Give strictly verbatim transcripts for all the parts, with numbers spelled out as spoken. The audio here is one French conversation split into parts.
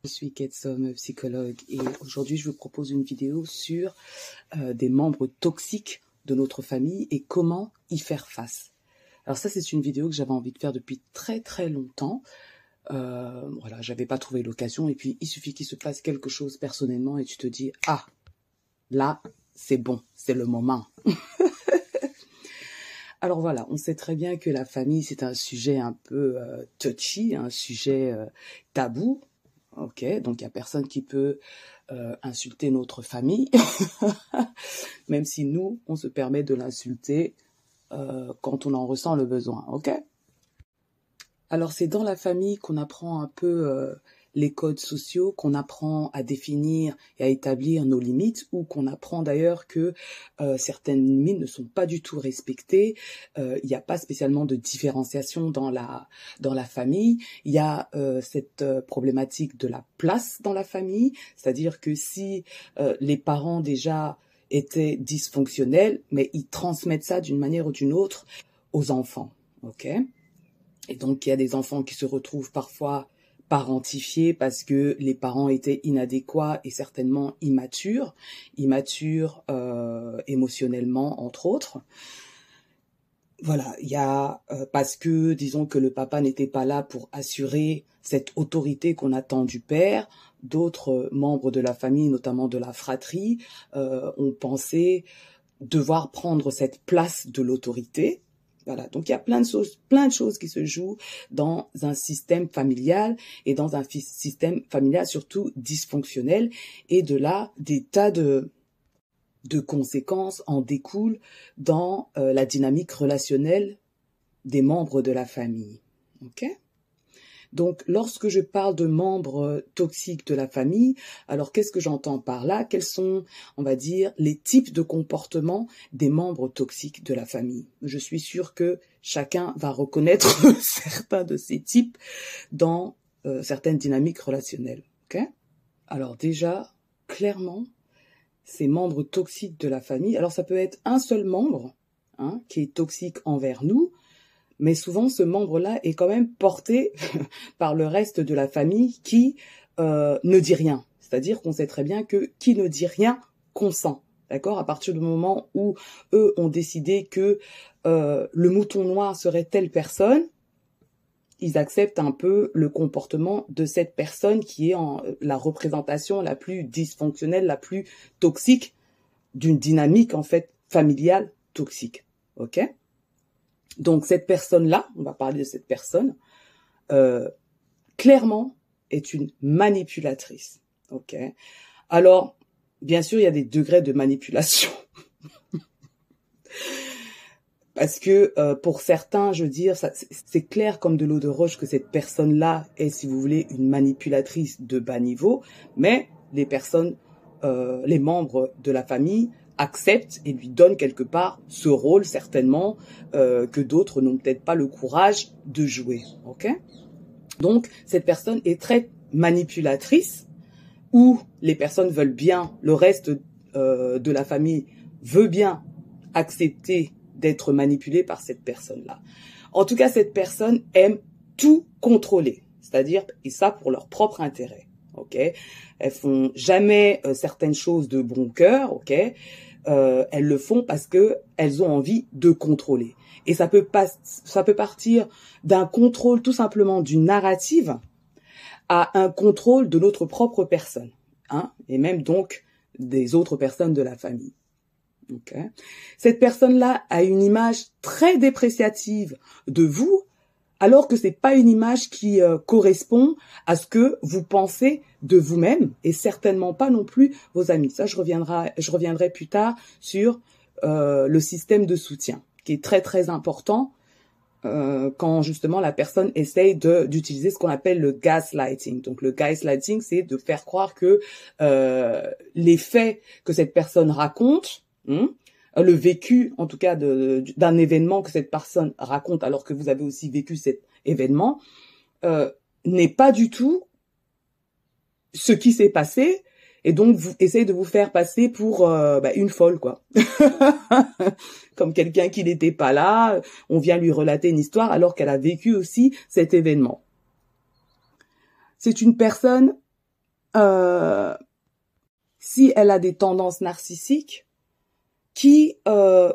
Je suis Ketsom, psychologue, et aujourd'hui je vous propose une vidéo sur euh, des membres toxiques de notre famille et comment y faire face. Alors ça, c'est une vidéo que j'avais envie de faire depuis très très longtemps. Euh, voilà, j'avais pas trouvé l'occasion, et puis il suffit qu'il se passe quelque chose personnellement et tu te dis « Ah, là, c'est bon, c'est le moment ». Alors voilà, on sait très bien que la famille, c'est un sujet un peu euh, touchy, un sujet euh, tabou. Ok, donc il n'y a personne qui peut euh, insulter notre famille, même si nous, on se permet de l'insulter euh, quand on en ressent le besoin, ok? Alors c'est dans la famille qu'on apprend un peu euh, les codes sociaux, qu'on apprend à définir et à établir nos limites, ou qu'on apprend d'ailleurs que euh, certaines limites ne sont pas du tout respectées. Euh, il n'y a pas spécialement de différenciation dans la dans la famille. Il y a euh, cette euh, problématique de la place dans la famille, c'est-à-dire que si euh, les parents déjà étaient dysfonctionnels, mais ils transmettent ça d'une manière ou d'une autre aux enfants, ok? Et donc, il y a des enfants qui se retrouvent parfois parentifiés parce que les parents étaient inadéquats et certainement immatures, immatures euh, émotionnellement, entre autres. Voilà, il y a euh, parce que, disons que le papa n'était pas là pour assurer cette autorité qu'on attend du père, d'autres membres de la famille, notamment de la fratrie, euh, ont pensé devoir prendre cette place de l'autorité. Voilà, donc il y a plein de choses, plein de choses qui se jouent dans un système familial et dans un système familial surtout dysfonctionnel, et de là des tas de de conséquences en découlent dans euh, la dynamique relationnelle des membres de la famille. Ok ? Donc, lorsque je parle de membres toxiques de la famille, alors qu'est-ce que j'entends par là? Quels sont, on va dire, les types de comportements des membres toxiques de la famille? Je suis sûre que chacun va reconnaître certains de ces types dans euh, certaines dynamiques relationnelles. Okay? Alors déjà, clairement, ces membres toxiques de la famille, alors ça peut être un seul membre hein, qui est toxique envers nous, mais souvent, ce membre-là est quand même porté par le reste de la famille qui euh, ne dit rien. C'est-à-dire qu'on sait très bien que qui ne dit rien consent. D'accord ? À partir du moment où eux ont décidé que euh, le mouton noir serait telle personne, ils acceptent un peu le comportement de cette personne qui est en la représentation la plus dysfonctionnelle, la plus toxique d'une dynamique en fait familiale toxique. Ok ? Donc cette personne-là, on va parler de cette personne, euh, clairement est une manipulatrice. Ok. Alors, bien sûr, il y a des degrés de manipulation. Parce que euh, pour certains, je veux dire, ça, c'est clair comme de l'eau de roche que cette personne-là est, si vous voulez, une manipulatrice de bas niveau, mais les personnes, euh, les membres de la famille accepte et lui donne quelque part ce rôle certainement euh, que d'autres n'ont peut-être pas le courage de jouer. Ok ? Donc cette personne est très manipulatrice, où les personnes veulent bien, le reste euh, de la famille veut bien accepter d'être manipulé par cette personne-là. En tout cas, cette personne aime tout contrôler, c'est-à-dire, et ça pour leur propre intérêt. Ok ? Elles font jamais euh, certaines choses de bon cœur. Ok ? Euh, elles le font parce que elles ont envie de contrôler. Et ça peut pas, ça peut partir d'un contrôle tout simplement d'une narrative à un contrôle de notre propre personne, hein, et même donc des autres personnes de la famille. Okay. Cette personne-là a une image très dépréciative de vous, alors que c'est pas une image qui euh, correspond à ce que vous pensez de vous-même, et certainement pas non plus vos amis. Ça, je reviendrai, je reviendrai plus tard sur euh, le système de soutien, qui est très très important euh, quand justement la personne essaye de d'utiliser ce qu'on appelle le gaslighting. Donc le gaslighting, c'est de faire croire que euh, les faits que cette personne raconte, hein, le vécu, en tout cas, de, d'un événement que cette personne raconte, alors que vous avez aussi vécu cet événement, euh, n'est pas du tout ce qui s'est passé, et donc vous essayez de vous faire passer pour euh, bah, une folle, quoi. Comme quelqu'un qui n'était pas là, on vient lui relater une histoire alors qu'elle a vécu aussi cet événement. C'est une personne euh, si elle a des tendances narcissiques, qui euh,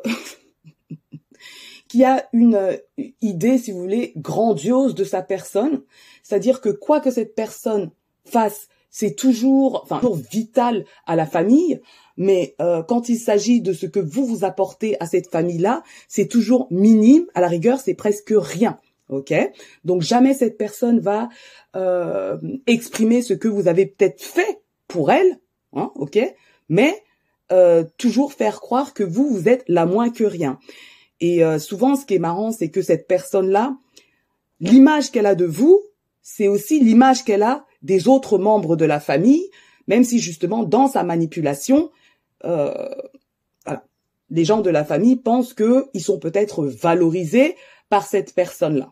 qui a une euh, idée, si vous voulez, grandiose de sa personne, c'est-à-dire que quoi que cette personne fasse, c'est toujours, enfin, toujours vital à la famille, mais euh, quand il s'agit de ce que vous vous apportez à cette famille-là, c'est toujours minime, à la rigueur, c'est presque rien. Ok, donc jamais cette personne va euh, exprimer ce que vous avez peut-être fait pour elle, hein, ok, mais euh, toujours faire croire que vous vous êtes la moins que rien. Et euh, souvent, ce qui est marrant, c'est que cette personne-là, l'image qu'elle a de vous, c'est aussi l'image qu'elle a des autres membres de la famille, même si justement dans sa manipulation, euh, voilà, les gens de la famille pensent qu'ils sont peut-être valorisés par cette personne-là.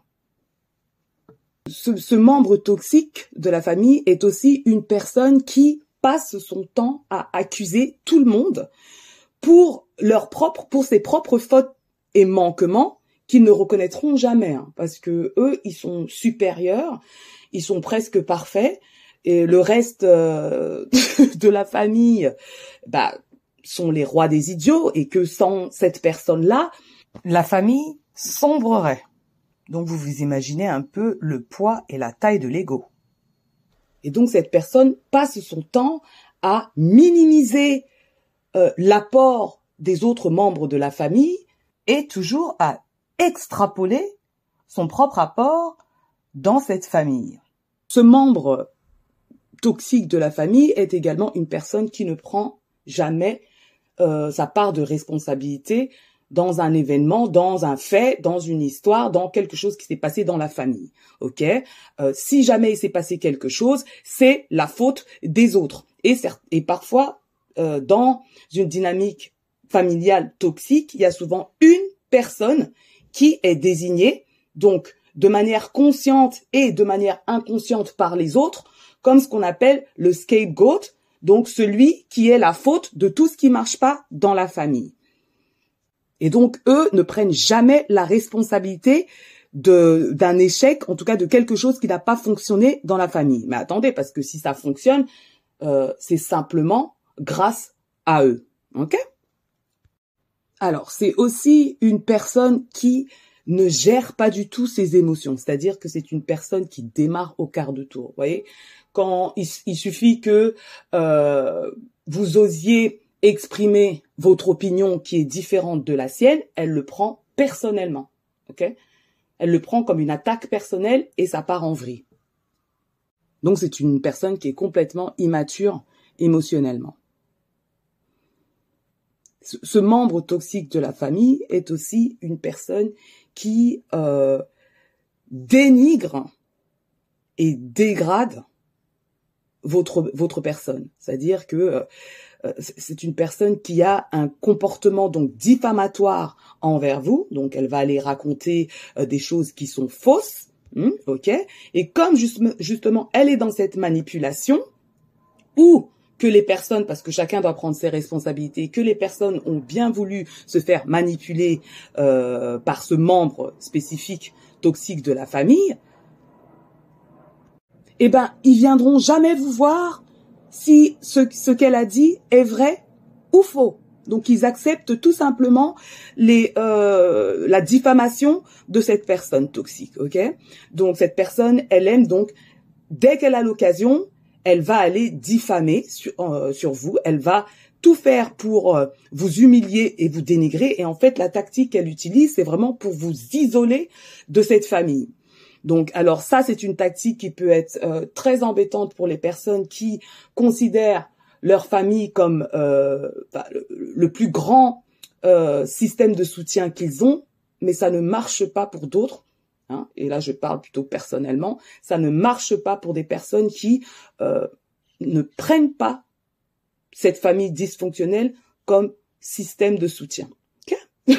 Ce, ce membre toxique de la famille est aussi une personne qui passe son temps à accuser tout le monde pour leur propre, pour ses propres fautes et manquements qu'ils ne reconnaîtront jamais, hein, parce que eux, ils sont supérieurs, ils sont presque parfaits, et le reste euh, de la famille, bah, sont les rois des idiots, et que sans cette personne-là, la famille sombrerait. Donc vous vous imaginez un peu le poids et la taille de l'ego. Et donc cette personne passe son temps à minimiser euh, l'apport des autres membres de la famille et toujours à extrapoler son propre apport dans cette famille. Ce membre toxique de la famille est également une personne qui ne prend jamais euh, sa part de responsabilité dans un événement, dans un fait, dans une histoire, dans quelque chose qui s'est passé dans la famille. Ok, euh, si jamais il s'est passé quelque chose, c'est la faute des autres. Et, et parfois, euh, dans une dynamique familiale toxique, il y a souvent une personne qui est désignée, donc de manière consciente et de manière inconsciente par les autres, comme ce qu'on appelle le scapegoat, donc celui qui est la faute de tout ce qui marche pas dans la famille. Et donc, eux ne prennent jamais la responsabilité de d'un échec, en tout cas de quelque chose qui n'a pas fonctionné dans la famille. Mais attendez, parce que si ça fonctionne, euh, c'est simplement grâce à eux. Ok ? Alors, c'est aussi une personne qui ne gère pas du tout ses émotions. C'est-à-dire que c'est une personne qui démarre au quart de tour. Vous voyez ? Quand il, il suffit que euh, vous osiez exprimer votre opinion qui est différente de la sienne, elle le prend personnellement, ok ? Elle le prend comme une attaque personnelle et ça part en vrille. Donc c'est une personne qui est complètement immature émotionnellement. Ce, ce membre toxique de la famille est aussi une personne qui euh, dénigre et dégrade votre votre personne. C'est-à-dire que euh, c'est une personne qui a un comportement donc diffamatoire envers vous, donc elle va aller raconter euh, des choses qui sont fausses, hein, ok. Et comme juste, justement elle est dans cette manipulation, ou que les personnes, parce que chacun doit prendre ses responsabilités, que les personnes ont bien voulu se faire manipuler euh, par ce membre spécifique toxique de la famille, eh ben ils viendront jamais vous voir si ce, ce qu'elle a dit est vrai ou faux. Donc, ils acceptent tout simplement les, euh, la diffamation de cette personne toxique, ok ? Donc, cette personne, elle aime donc, dès qu'elle a l'occasion, elle va aller diffamer sur, euh, sur vous, elle va tout faire pour euh, vous humilier et vous dénigrer. Et en fait, la tactique qu'elle utilise, c'est vraiment pour vous isoler de cette famille. Donc, alors ça, c'est une tactique qui peut être euh, très embêtante pour les personnes qui considèrent leur famille comme euh, bah, le, le plus grand euh, système de soutien qu'ils ont, mais ça ne marche pas pour d'autres. Hein, et là, je parle plutôt personnellement. Ça ne marche pas pour des personnes qui euh, ne prennent pas cette famille dysfonctionnelle comme système de soutien. Okay.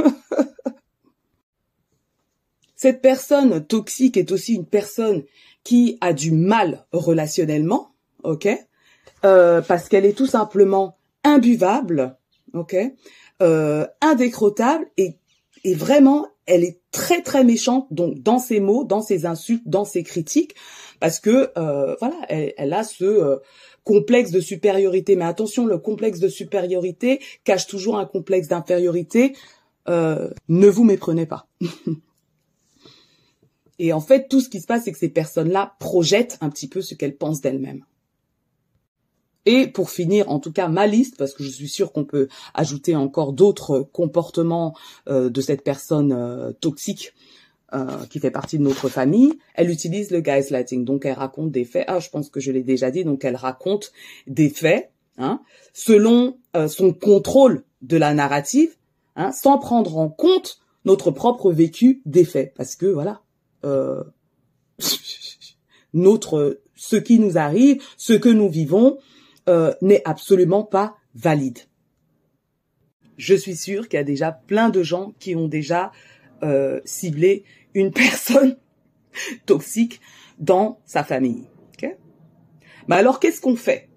Cette personne toxique est aussi une personne qui a du mal relationnellement, ok, euh, parce qu'elle est tout simplement imbuvable, ok, euh, indécrottable et, et vraiment, elle est très très méchante donc dans ses mots, dans ses insultes, dans ses critiques, parce que euh, voilà, elle, elle a ce euh, complexe de supériorité. Mais attention, le complexe de supériorité cache toujours un complexe d'infériorité. Euh, ne vous méprenez pas. Et en fait, tout ce qui se passe, c'est que ces personnes-là projettent un petit peu ce qu'elles pensent d'elles-mêmes. Et pour finir, en tout cas, ma liste, parce que je suis sûre qu'on peut ajouter encore d'autres comportements euh, de cette personne euh, toxique euh, qui fait partie de notre famille, elle utilise le gaslighting. Donc, elle raconte des faits. Ah, je pense que je l'ai déjà dit. Donc, elle raconte des faits hein, selon euh, son contrôle de la narrative, hein, sans prendre en compte notre propre vécu des faits. Parce que, voilà, euh, notre, ce qui nous arrive, ce que nous vivons, Euh, n'est absolument pas valide. Je suis sûre qu'il y a déjà plein de gens qui ont déjà euh, ciblé une personne toxique dans sa famille. Okay? Mais alors, qu'est-ce qu'on fait?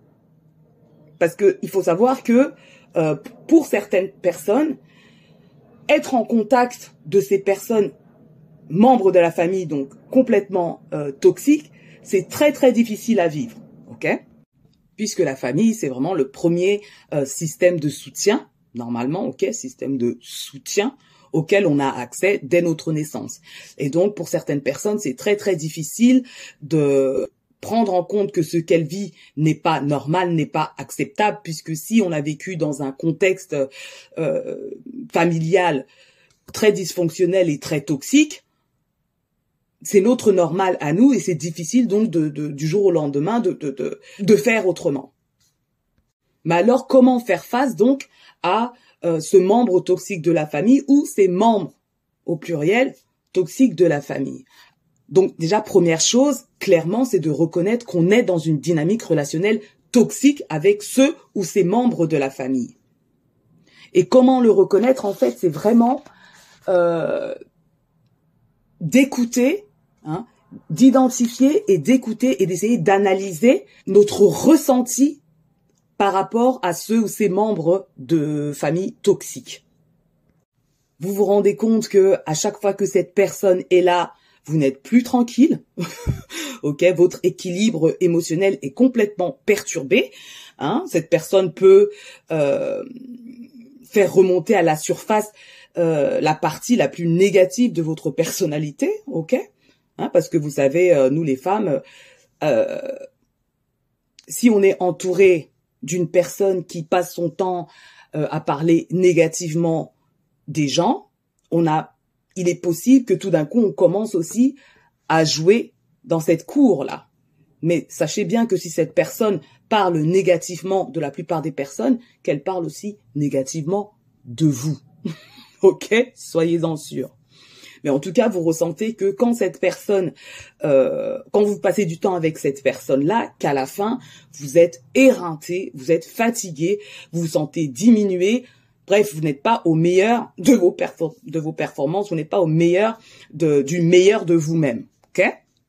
Parce que il faut savoir que euh, pour certaines personnes, être en contact de ces personnes membres de la famille, donc complètement euh, toxiques, c'est très très difficile à vivre. Ok? Puisque la famille, c'est vraiment le premier euh, système de soutien, normalement, ok, système de soutien auquel on a accès dès notre naissance. Et donc, pour certaines personnes, c'est très, très difficile de prendre en compte que ce qu'elle vit n'est pas normal, n'est pas acceptable, puisque si on a vécu dans un contexte euh, familial très dysfonctionnel et très toxique, c'est notre normal à nous et c'est difficile donc de, de, du jour au lendemain de, de, de, de faire autrement. Mais alors, comment faire face donc à euh, ce membre toxique de la famille ou ces membres, au pluriel, toxiques de la famille? Donc déjà, première chose, clairement, c'est de reconnaître qu'on est dans une dynamique relationnelle toxique avec ceux ou ces membres de la famille. Et comment le reconnaître? En fait, c'est vraiment euh, d'écouter, Hein, d'identifier et d'écouter et d'essayer d'analyser notre ressenti par rapport à ceux ou ces membres de famille toxiques. Vous vous rendez compte que à chaque fois que cette personne est là, vous n'êtes plus tranquille. Ok, votre équilibre émotionnel est complètement perturbé. Hein, cette personne peut euh, faire remonter à la surface euh, la partie la plus négative de votre personnalité. Ok. Hein, parce que vous savez, euh, nous les femmes, euh, si on est entouré d'une personne qui passe son temps euh, à parler négativement des gens, on a, il est possible que tout d'un coup on commence aussi à jouer dans cette cour-là. Mais sachez bien que si cette personne parle négativement de la plupart des personnes, qu'elle parle aussi négativement de vous. Ok, soyez-en sûrs. Mais en tout cas, vous ressentez que quand cette personne, euh, quand vous passez du temps avec cette personne-là, qu'à la fin, vous êtes éreinté, vous êtes fatigué, vous vous sentez diminué. Bref, vous n'êtes pas au meilleur de vos, perfor- de vos performances, vous n'êtes pas au meilleur de, du meilleur de vous-même. Ok?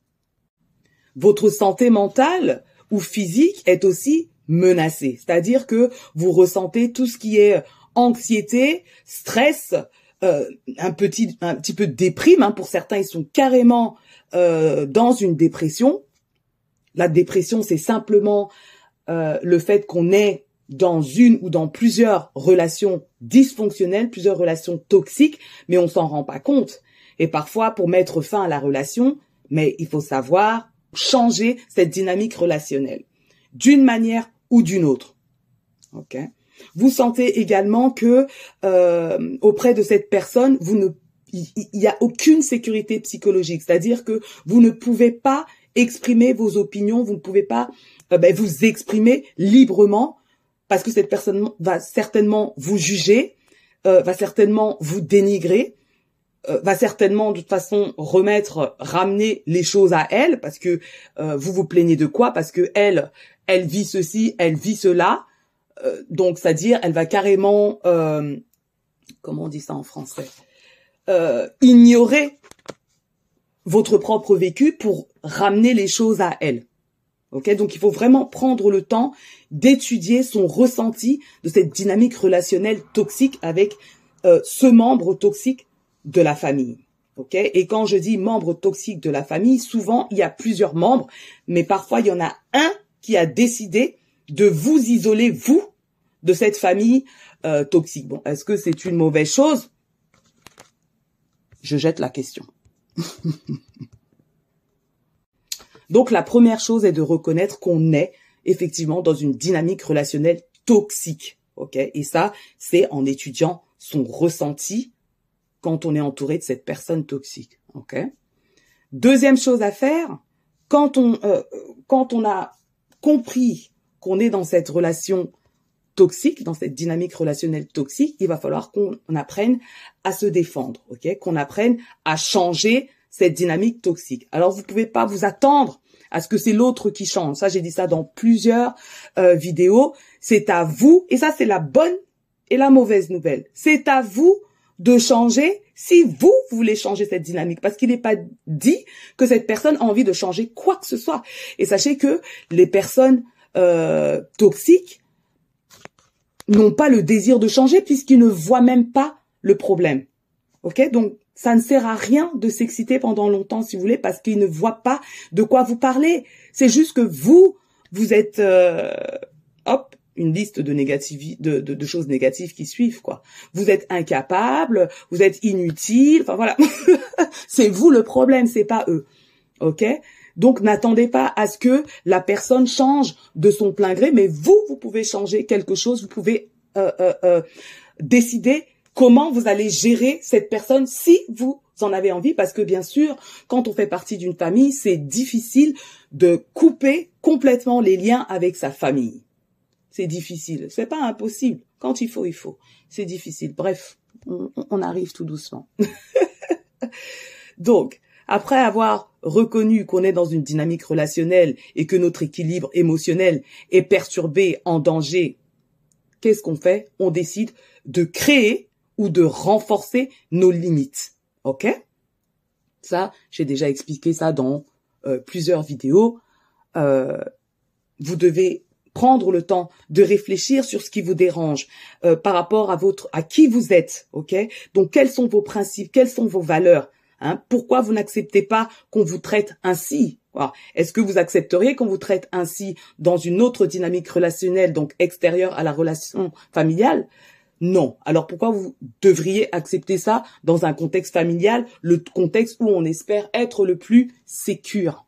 Votre santé mentale ou physique est aussi menacée. C'est-à-dire que vous ressentez tout ce qui est anxiété, stress, Euh, un petit un petit peu de déprime, hein. Pour certains, ils sont carrément euh, dans une dépression. La dépression, c'est simplement euh, le fait qu'on est dans une ou dans plusieurs relations dysfonctionnelles, plusieurs relations toxiques, mais on s'en rend pas compte. Et parfois, pour mettre fin à la relation, mais il faut savoir changer cette dynamique relationnelle d'une manière ou d'une autre. Ok? Vous sentez également que euh, auprès de cette personne, vous ne, il y a aucune sécurité psychologique, c'est-à-dire que vous ne pouvez pas exprimer vos opinions, vous ne pouvez pas euh, ben, vous exprimer librement parce que cette personne va certainement vous juger, euh, va certainement vous dénigrer, euh, va certainement de toute façon remettre, ramener les choses à elle parce que euh, vous vous plaignez de quoi? Parce que elle, elle vit ceci, elle vit cela. Euh, donc, c'est-à-dire, elle va carrément, euh, comment on dit ça en français, euh, ignorer votre propre vécu pour ramener les choses à elle. Ok, donc il faut vraiment prendre le temps d'étudier son ressenti de cette dynamique relationnelle toxique avec euh, ce membre toxique de la famille. Ok? Et quand je dis membre toxique de la famille, souvent il y a plusieurs membres, mais parfois il y en a un qui a décidé de vous isoler, vous, de cette famille euh, toxique. Bon, est-ce que c'est une mauvaise chose? Je jette la question. Donc la première chose est de reconnaître qu'on est effectivement dans une dynamique relationnelle toxique. Ok? Et ça, c'est en étudiant son ressenti quand on est entouré de cette personne toxique. Ok? Deuxième chose à faire, quand on euh, quand on a compris qu'on est dans cette relation toxique, dans cette dynamique relationnelle toxique, il va falloir qu'on apprenne à se défendre, ok? Qu'on apprenne à changer cette dynamique toxique. Alors, vous pouvez pas vous attendre à ce que c'est l'autre qui change. Ça, j'ai dit ça dans plusieurs euh, vidéos. C'est à vous, et ça, c'est la bonne et la mauvaise nouvelle. C'est à vous de changer si vous, vous voulez changer cette dynamique, parce qu'il n'est pas dit que cette personne a envie de changer quoi que ce soit. Et sachez que les personnes euh, toxiques n'ont pas le désir de changer puisqu'ils ne voient même pas le problème. Ok? Donc, ça ne sert à rien de s'exciter pendant longtemps, si vous voulez, parce qu'ils ne voient pas de quoi vous parlez. C'est juste que vous, vous êtes, euh, hop, une liste de, négativi- de, de, de choses négatives qui suivent, quoi. Vous êtes incapable, vous êtes inutile, enfin voilà. C'est vous le problème, c'est pas eux. Ok? Donc, n'attendez pas à ce que la personne change de son plein gré, mais vous, vous pouvez changer quelque chose, vous pouvez euh, euh, euh, décider comment vous allez gérer cette personne si vous en avez envie, parce que bien sûr, quand on fait partie d'une famille, c'est difficile de couper complètement les liens avec sa famille. C'est difficile. C'est pas impossible. Quand il faut, il faut. C'est difficile. Bref, on, on arrive tout doucement. Donc, après avoir reconnu qu'on est dans une dynamique relationnelle et que notre équilibre émotionnel est perturbé, en danger, qu'est-ce qu'on fait? On décide de créer ou de renforcer nos limites. Ok? Ça, j'ai déjà expliqué ça dans euh, plusieurs vidéos. Euh, vous devez prendre le temps de réfléchir sur ce qui vous dérange euh, par rapport à votre, à qui vous êtes. Ok? Donc, quels sont vos principes? Quelles sont vos valeurs? Hein, pourquoi vous n'acceptez pas qu'on vous traite ainsi? Est-ce que vous accepteriez qu'on vous traite ainsi dans une autre dynamique relationnelle, donc extérieure à la relation familiale? Non. Alors pourquoi vous devriez accepter ça dans un contexte familial, le contexte où on espère être le plus sécure?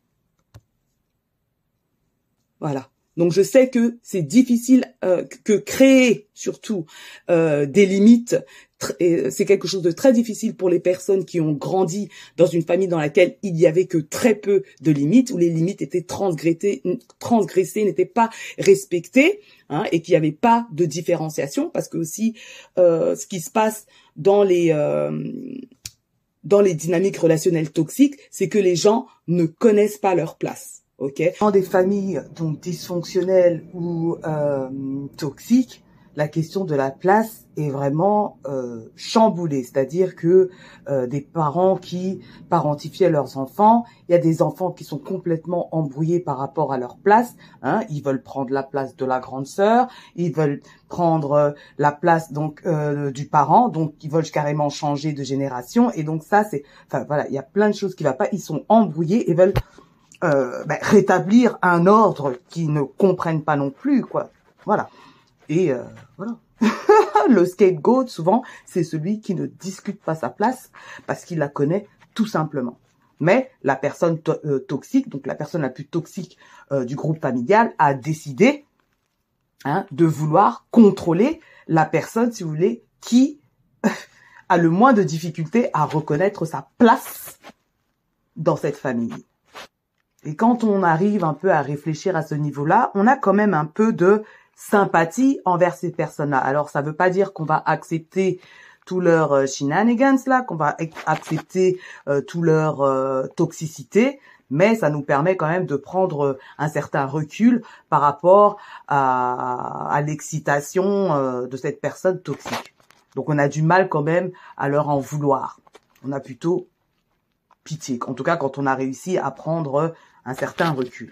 Voilà. Donc je sais que c'est difficile, euh, que créer surtout euh, des limites, c'est quelque chose de très difficile pour les personnes qui ont grandi dans une famille dans laquelle il y avait que très peu de limites, où les limites étaient transgressées, transgressées, n'étaient pas respectées, hein, et qu'il n'y avait pas de différenciation, parce que aussi euh, ce qui se passe dans les euh, dans les dynamiques relationnelles toxiques, c'est que les gens ne connaissent pas leur place. Ok. Dans des familles donc dysfonctionnelles ou euh, toxiques, la question de la place est vraiment euh, chamboulée. C'est-à-dire que euh, des parents qui parentifiaient leurs enfants, il y a des enfants qui sont complètement embrouillés par rapport à leur place. Hein, ils veulent prendre la place de la grande sœur, ils veulent prendre euh, la place donc euh, du parent, donc ils veulent carrément changer de génération. Et donc ça, c'est, enfin voilà, il y a plein de choses qui ne vont pas. Ils sont embrouillés et veulent Euh, ben, rétablir un ordre qu'ils ne comprennent pas non plus, quoi. Voilà. Et euh, voilà. Le scapegoat, souvent, c'est celui qui ne discute pas sa place parce qu'il la connaît tout simplement. Mais la personne to euh, toxique, donc la personne la plus toxique euh, du groupe familial, a décidé hein, de vouloir contrôler la personne, si vous voulez, qui a le moins de difficultés à reconnaître sa place dans cette famille. Et quand on arrive un peu à réfléchir à ce niveau-là, on a quand même un peu de sympathie envers ces personnes-là. Alors, ça ne veut pas dire qu'on va accepter tous leurs euh, shenanigans, là, qu'on va accepter euh, toute leur euh, toxicité, mais ça nous permet quand même de prendre euh, un certain recul par rapport à, à l'excitation euh, de cette personne toxique. Donc, on a du mal quand même à leur en vouloir. On a plutôt pitié, en tout cas quand on a réussi à prendre un certain recul.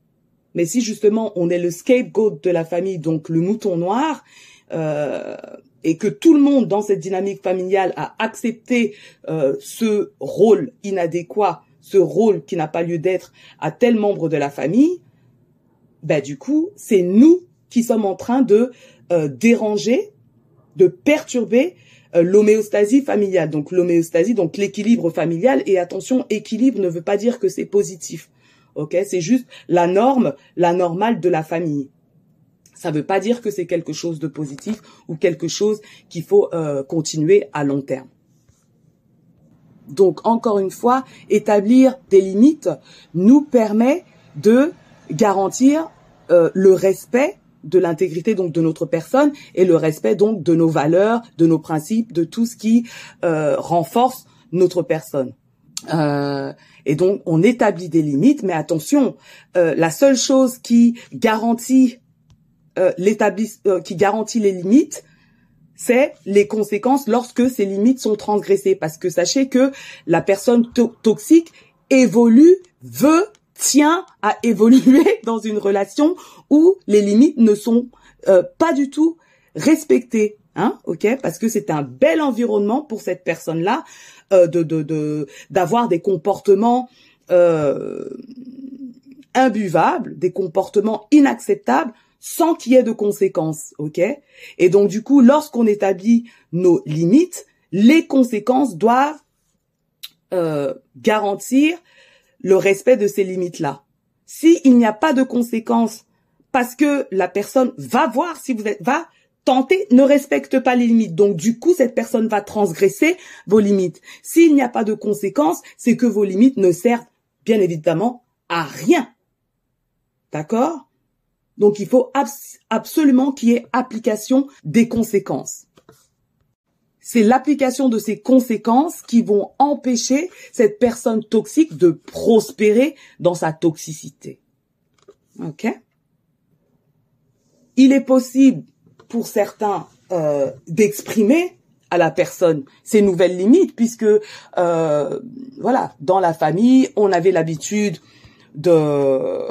Mais si justement on est le scapegoat de la famille, donc le mouton noir, euh, et que tout le monde dans cette dynamique familiale a accepté euh, ce rôle inadéquat, ce rôle qui n'a pas lieu d'être à tel membre de la famille, ben du coup, c'est nous qui sommes en train de euh, déranger, de perturber euh, l'homéostasie familiale. Donc l'homéostasie, donc l'équilibre familial. Et attention, équilibre ne veut pas dire que c'est positif. Ok, c'est juste la norme, la normale de la famille. Ça veut pas dire que c'est quelque chose de positif ou quelque chose qu'il faut euh, continuer à long terme. Donc, encore une fois, établir des limites nous permet de garantir euh, le respect de l'intégrité donc de notre personne et le respect donc de nos valeurs, de nos principes, de tout ce qui euh, renforce notre personne. Euh, et donc, on établit des limites, mais attention, euh, la seule chose qui garantit euh, l'établisse, euh, qui garantit les limites, c'est les conséquences lorsque ces limites sont transgressées. Parce que sachez que la personne to- toxique évolue, veut, tient à évoluer dans une relation où les limites ne sont euh, pas du tout respectées. Hein, ok, parce que c'est un bel environnement pour cette personne-là euh, de, de, de, d'avoir des comportements euh, imbuvables, des comportements inacceptables, sans qu'il y ait de conséquences, ok? Et donc, du coup, lorsqu'on établit nos limites, les conséquences doivent euh, garantir le respect de ces limites-là. S'il n'y a pas de conséquences, parce que la personne va voir si vous êtes, va tenter, ne respecte pas les limites. Donc, du coup, cette personne va transgresser vos limites. S'il n'y a pas de conséquences, c'est que vos limites ne servent, bien évidemment, à rien. D'accord? Donc, il faut abs- absolument qu'il y ait application des conséquences. C'est l'application de ces conséquences qui vont empêcher cette personne toxique de prospérer dans sa toxicité. Ok? Il est possible pour certains euh, d'exprimer à la personne ces nouvelles limites, puisque euh, voilà, dans la famille, on avait l'habitude de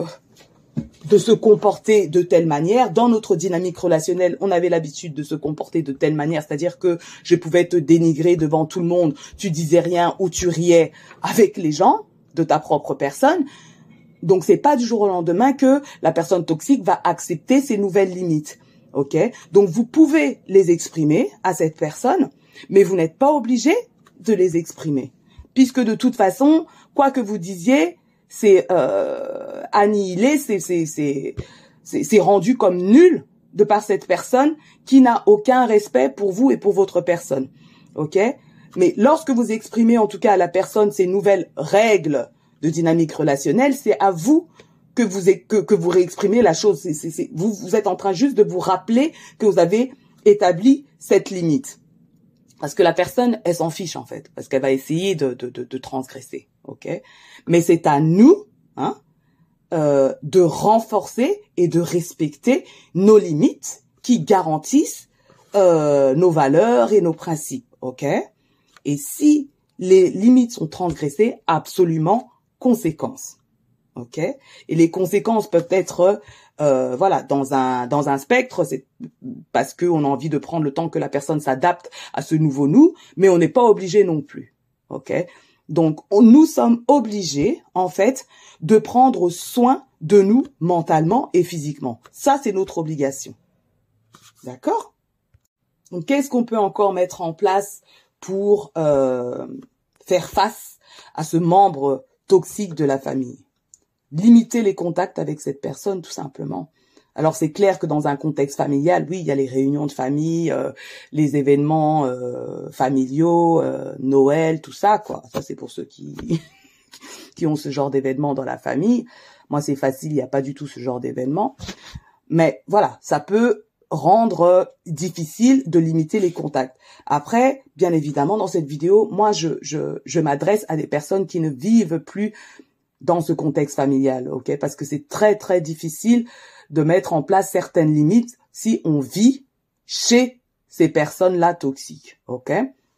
de se comporter de telle manière. Dans notre dynamique relationnelle, on avait l'habitude de se comporter de telle manière, c'est-à-dire que je pouvais te dénigrer devant tout le monde, tu disais rien ou tu riais avec les gens de ta propre personne. Donc, c'est pas du jour au lendemain que la personne toxique va accepter ces nouvelles limites. Ok? Donc, vous pouvez les exprimer à cette personne, mais vous n'êtes pas obligé de les exprimer. Puisque de toute façon, quoi que vous disiez, c'est euh, annihilé, c'est c'est c'est c'est c'est rendu comme nul de par cette personne qui n'a aucun respect pour vous et pour votre personne. OK? Mais lorsque vous exprimez en tout cas à la personne ces nouvelles règles de dynamique relationnelle, c'est à vous que vous que que vous réexprimez la chose. C'est c'est c'est vous vous êtes en train juste de vous rappeler que vous avez établi cette limite. Parce que la personne, elle s'en fiche en fait, parce qu'elle va essayer de, de, de, de transgresser, ok? Mais c'est à nous, hein, euh, de renforcer et de respecter nos limites qui garantissent euh, nos valeurs et nos principes, ok? Et si les limites sont transgressées, absolument conséquences, ok? Et les conséquences peuvent être Euh, voilà, dans un dans un spectre, c'est parce que on a envie de prendre le temps que la personne s'adapte à ce nouveau nous, mais on n'est pas obligé non plus. OK? Donc on, nous sommes obligés en fait de prendre soin de nous mentalement et physiquement. Ça c'est notre obligation. D'accord? Donc qu'est-ce qu'on peut encore mettre en place pour euh, faire face à ce membre toxique de la famille? Limiter les contacts avec cette personne, tout simplement. Alors, c'est clair que dans un contexte familial, oui, il y a les réunions de famille, euh, les événements euh, familiaux, euh, Noël, tout ça, quoi. Ça, c'est pour ceux qui qui ont ce genre d'événements dans la famille. Moi, c'est facile, il n'y a pas du tout ce genre d'événement. Mais voilà, ça peut rendre difficile de limiter les contacts. Après, bien évidemment, dans cette vidéo, moi, je je je m'adresse à des personnes qui ne vivent plus dans ce contexte familial, ok? Parce que c'est très, très difficile de mettre en place certaines limites si on vit chez ces personnes-là toxiques, ok?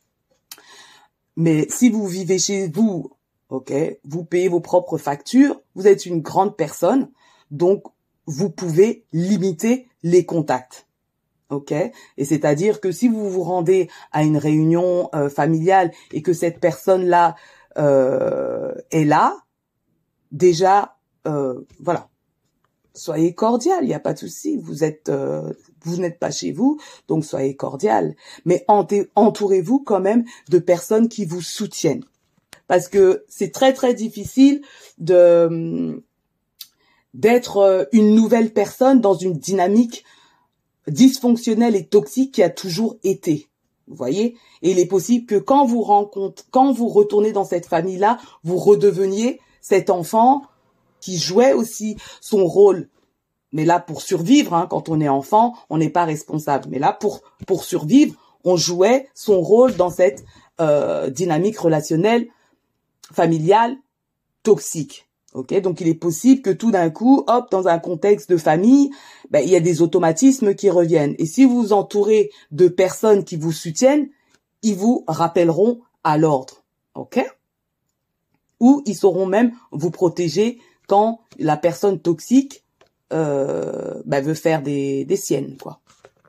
Mais si vous vivez chez vous, ok, vous payez vos propres factures, vous êtes une grande personne, donc vous pouvez limiter les contacts, ok? Et c'est-à-dire que si vous vous rendez à une réunion euh, familiale et que cette personne-là euh, est là, déjà, euh, voilà, soyez cordial, il n'y a pas de souci. Vous êtes, euh, vous n'êtes pas chez vous, donc soyez cordial. Mais entourez-vous quand même de personnes qui vous soutiennent, parce que c'est très très difficile de d'être une nouvelle personne dans une dynamique dysfonctionnelle et toxique qui a toujours été. Vous voyez? Et il est possible que quand vous rencontrez, quand vous retournez dans cette famille-là, vous redeveniez cet enfant qui jouait aussi son rôle. Mais là, pour survivre, hein, quand on est enfant, on n'est pas responsable. Mais là, pour pour survivre, on jouait son rôle dans cette euh, dynamique relationnelle, familiale, toxique. Ok, donc il est possible que tout d'un coup, hop, dans un contexte de famille, ben, il y a des automatismes qui reviennent. Et si vous vous entourez de personnes qui vous soutiennent, ils vous rappelleront à l'ordre. Ok? Ou ils sauront même vous protéger quand la personne toxique euh, ben, veut faire des, des siennes, quoi.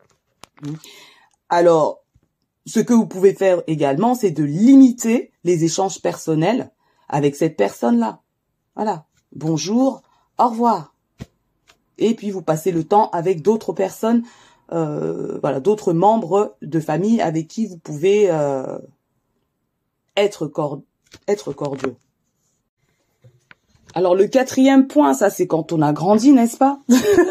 Alors, ce que vous pouvez faire également, c'est de limiter les échanges personnels avec cette personne-là. Voilà, bonjour, au revoir. Et puis vous passez le temps avec d'autres personnes, euh, voilà, d'autres membres de famille avec qui vous pouvez euh, être, cord être cordiaux. Alors le quatrième point, ça c'est quand on a grandi, n'est-ce pas?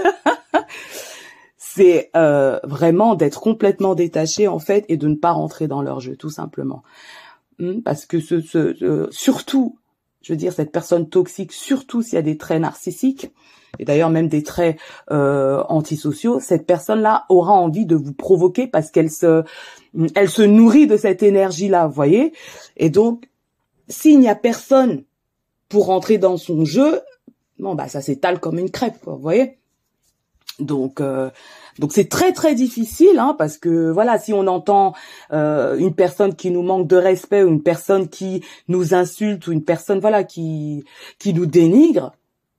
C'est euh, vraiment d'être complètement détaché en fait et de ne pas rentrer dans leur jeu, tout simplement. Parce que ce, ce, ce surtout, je veux dire, cette personne toxique, surtout s'il y a des traits narcissiques, et d'ailleurs même des traits euh, antisociaux, cette personne-là aura envie de vous provoquer parce qu'elle se, elle se nourrit de cette énergie-là, vous voyez. Et donc, s'il n'y a personne pour rentrer dans son jeu, bon bah ça s'étale comme une crêpe, quoi, vous voyez. Donc, euh, donc c'est très très difficile, hein, parce que voilà, si on entend euh, une personne qui nous manque de respect ou une personne qui nous insulte ou une personne voilà qui qui nous dénigre,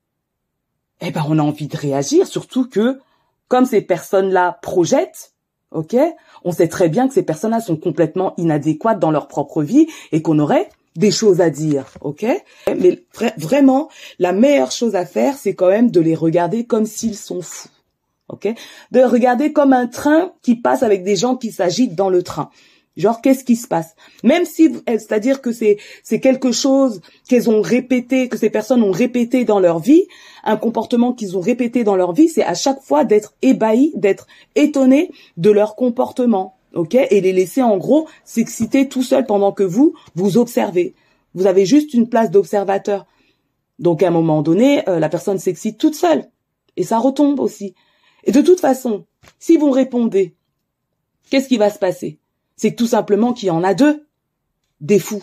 eh ben on a envie de réagir. Surtout que comme ces personnes-là projettent, ok, on sait très bien que ces personnes-là sont complètement inadéquates dans leur propre vie et qu'on aurait des choses à dire, ok. Mais vra- vraiment, la meilleure chose à faire, c'est quand même de les regarder comme s'ils sont fous. Ok, de regarder comme un train qui passe avec des gens qui s'agitent dans le train. Genre, qu'est-ce qui se passe? Même si, c'est-à-dire que c'est c'est quelque chose qu'elles ont répété, que ces personnes ont répété dans leur vie, un comportement qu'ils ont répété dans leur vie, c'est à chaque fois d'être ébahi, d'être étonné de leur comportement. Ok, et les laisser en gros s'exciter tout seul pendant que vous vous observez. Vous avez juste une place d'observateur. Donc à un moment donné, euh, la personne s'excite toute seule et ça retombe aussi. Et de toute façon, si vous répondez, qu'est-ce qui va se passer? C'est tout simplement qu'il y en a deux, des fous.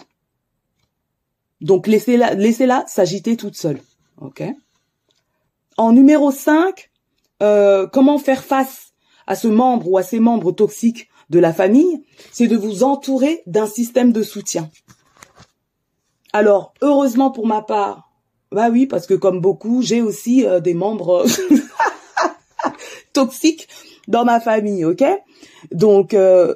Donc laissez-la, laissez-la s'agiter toute seule. Ok. En numéro cinq, euh, comment faire face à ce membre ou à ces membres toxiques de la famille? C'est de vous entourer d'un système de soutien. Alors, heureusement pour ma part, bah oui, parce que comme beaucoup, j'ai aussi euh, des membres toxiques dans ma famille, ok? Donc, euh,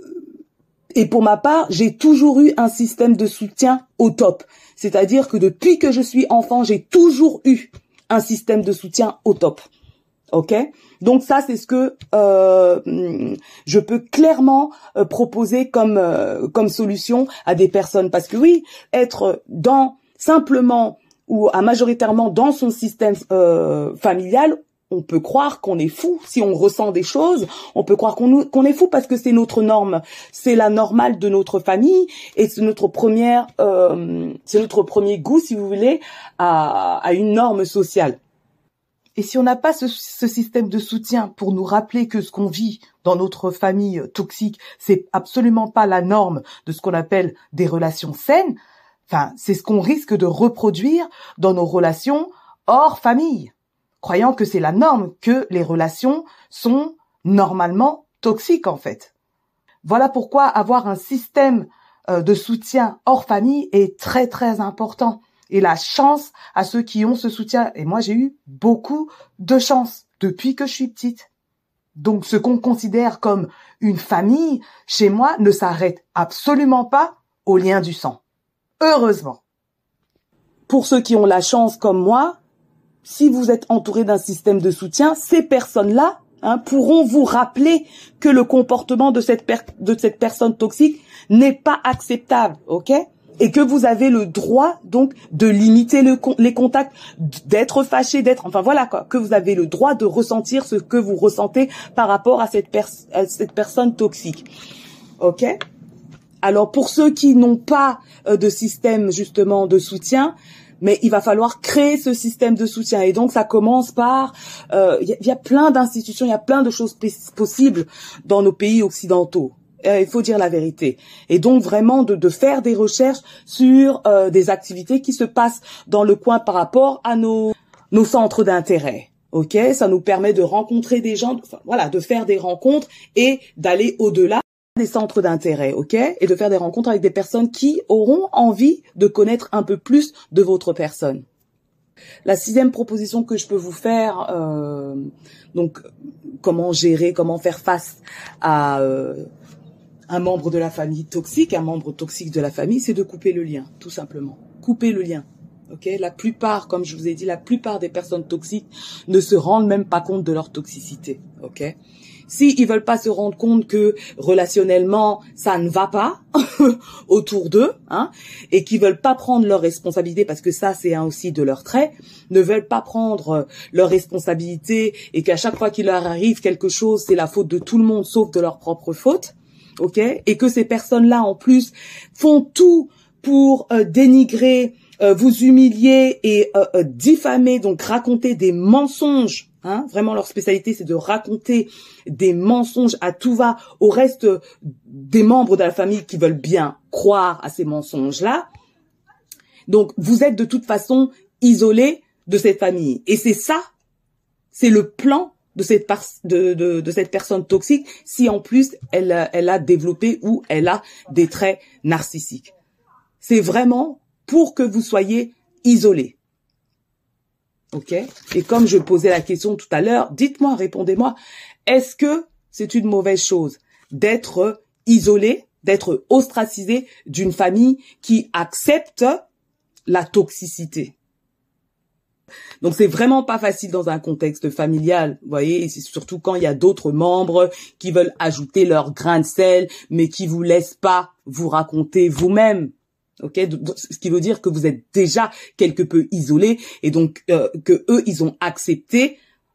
et pour ma part, j'ai toujours eu un système de soutien au top. C'est-à-dire que depuis que je suis enfant, j'ai toujours eu un système de soutien au top. Ok? Donc ça, c'est ce que euh, je peux clairement euh, proposer comme euh, comme solution à des personnes. Parce que oui, être dans simplement ou à majoritairement dans son système euh, familial, on peut croire qu'on est fou. Si on ressent des choses, on peut croire qu'on qu'on est fou parce que c'est notre norme, c'est la normale de notre famille et c'est notre première, euh, c'est notre premier goût, si vous voulez, à, à une norme sociale. Et si on n'a pas ce, ce système de soutien pour nous rappeler que ce qu'on vit dans notre famille toxique, c'est absolument pas la norme de ce qu'on appelle des relations saines, enfin, c'est ce qu'on risque de reproduire dans nos relations hors famille, croyant que c'est la norme, que les relations sont normalement toxiques en fait. Voilà pourquoi avoir un système euh, de soutien hors famille est très très important. Et la chance à ceux qui ont ce soutien. Et moi, j'ai eu beaucoup de chance depuis que je suis petite. Donc, ce qu'on considère comme une famille, chez moi, ne s'arrête absolument pas au lien du sang. Heureusement. Pour ceux qui ont la chance comme moi, si vous êtes entouré d'un système de soutien, ces personnes-là hein, pourront vous rappeler que le comportement de cette, per- de cette personne toxique n'est pas acceptable, ok ? Et que vous avez le droit donc de limiter le, les contacts, d'être fâché, d'être, enfin voilà quoi, que vous avez le droit de ressentir ce que vous ressentez par rapport à cette, pers- à cette personne toxique, ok ? Alors pour ceux qui n'ont pas euh, de système justement de soutien, mais il va falloir créer ce système de soutien. Et donc ça commence par, il euh, y, y a plein d'institutions, il y a plein de choses possibles dans nos pays occidentaux. Euh, il faut dire la vérité. Et donc vraiment de, de faire des recherches sur euh, des activités qui se passent dans le coin par rapport à nos, nos centres d'intérêt. Ok, ça nous permet de rencontrer des gens, enfin, voilà, de faire des rencontres et d'aller au-delà des centres d'intérêt, ok, et de faire des rencontres avec des personnes qui auront envie de connaître un peu plus de votre personne. La sixième proposition que je peux vous faire, euh, donc comment gérer, comment faire face à euh, un membre de la famille toxique, un membre toxique de la famille, c'est de couper le lien, tout simplement. Couper le lien. Ok, la plupart, comme je vous ai dit, la plupart des personnes toxiques ne se rendent même pas compte de leur toxicité. Ok. Si ils veulent pas se rendre compte que relationnellement ça ne va pas autour d'eux, hein, et qu'ils veulent pas prendre leurs responsabilités parce que ça c'est un aussi de leurs traits, ne veulent pas prendre leurs responsabilités et qu'à chaque fois qu'il leur arrive quelque chose c'est la faute de tout le monde sauf de leur propre faute, ok, et que ces personnes-là en plus font tout pour euh, dénigrer, euh, vous humilier et euh, euh, diffamer, donc raconter des mensonges. Hein, vraiment, leur spécialité, c'est de raconter des mensonges à tout va au reste des membres de la famille qui veulent bien croire à ces mensonges-là. Donc, vous êtes de toute façon isolés de cette famille. Et c'est ça, c'est le plan de cette, par- de, de, de cette personne toxique si en plus elle, elle a développé ou elle a des traits narcissiques. C'est vraiment pour que vous soyez isolés. Ok. Et comme je posais la question tout à l'heure, dites-moi, répondez-moi, est-ce que c'est une mauvaise chose d'être isolé, d'être ostracisé d'une famille qui accepte la toxicité? Donc c'est vraiment pas facile dans un contexte familial, vous voyez, et c'est surtout quand il y a d'autres membres qui veulent ajouter leur grain de sel, mais qui vous laissent pas vous raconter vous-même. Ok, ce qui veut dire que vous êtes déjà quelque peu isolé et donc euh, que eux ils ont accepté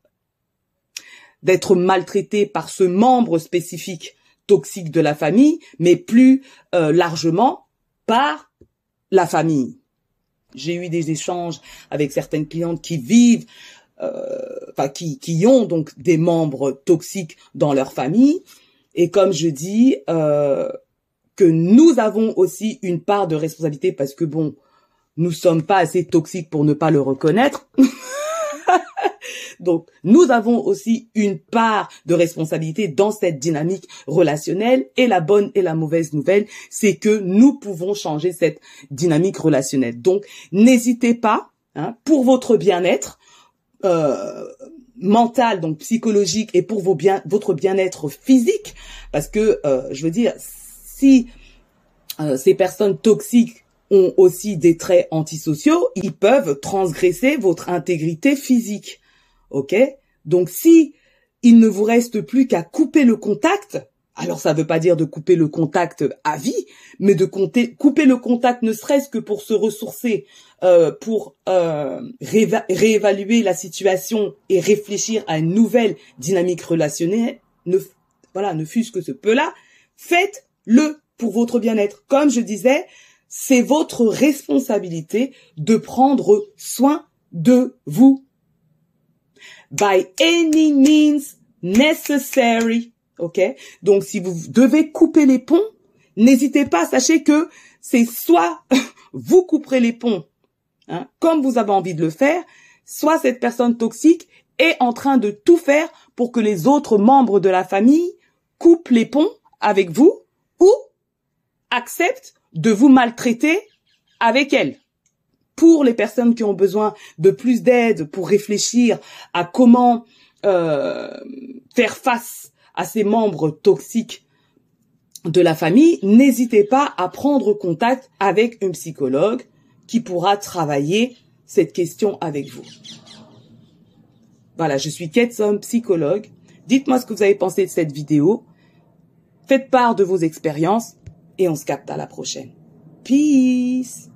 d'être maltraités par ce membre spécifique toxique de la famille, mais plus euh, largement par la famille. J'ai eu des échanges avec certaines clientes qui vivent, euh, enfin qui qui ont donc des membres toxiques dans leur famille et comme je dis. Euh, que nous avons aussi une part de responsabilité parce que bon, nous sommes pas assez toxiques pour ne pas le reconnaître. Donc, nous avons aussi une part de responsabilité dans cette dynamique relationnelle et la bonne et la mauvaise nouvelle, c'est que nous pouvons changer cette dynamique relationnelle. Donc, n'hésitez pas, hein, pour votre bien-être, euh, mental, donc psychologique et pour vos bien, votre bien-être physique, parce que, euh, je veux dire, si euh, ces personnes toxiques ont aussi des traits antisociaux, ils peuvent transgresser votre intégrité physique. Ok? Donc si il ne vous reste plus qu'à couper le contact, alors ça ne veut pas dire de couper le contact à vie, mais de compter, couper le contact ne serait-ce que pour se ressourcer, euh, pour euh, rééva- réévaluer la situation et réfléchir à une nouvelle dynamique relationnelle, ne, voilà, ne fût-ce que ce peu-là, faites-le pour votre bien-être. Comme je disais, c'est votre responsabilité de prendre soin de vous. By any means necessary. Ok? Donc, si vous devez couper les ponts, n'hésitez pas, sachez que c'est soit vous couperez les ponts, hein, comme vous avez envie de le faire, soit cette personne toxique est en train de tout faire pour que les autres membres de la famille coupent les ponts avec vous ou acceptent de vous maltraiter avec elle. Pour les personnes qui ont besoin de plus d'aide pour réfléchir à comment euh, faire face à ces membres toxiques de la famille, n'hésitez pas à prendre contact avec un psychologue qui pourra travailler cette question avec vous. Voilà, je suis Ketsom, psychologue. Dites-moi ce que vous avez pensé de cette vidéo. Faites part de vos expériences et on se capte à la prochaine. Peace!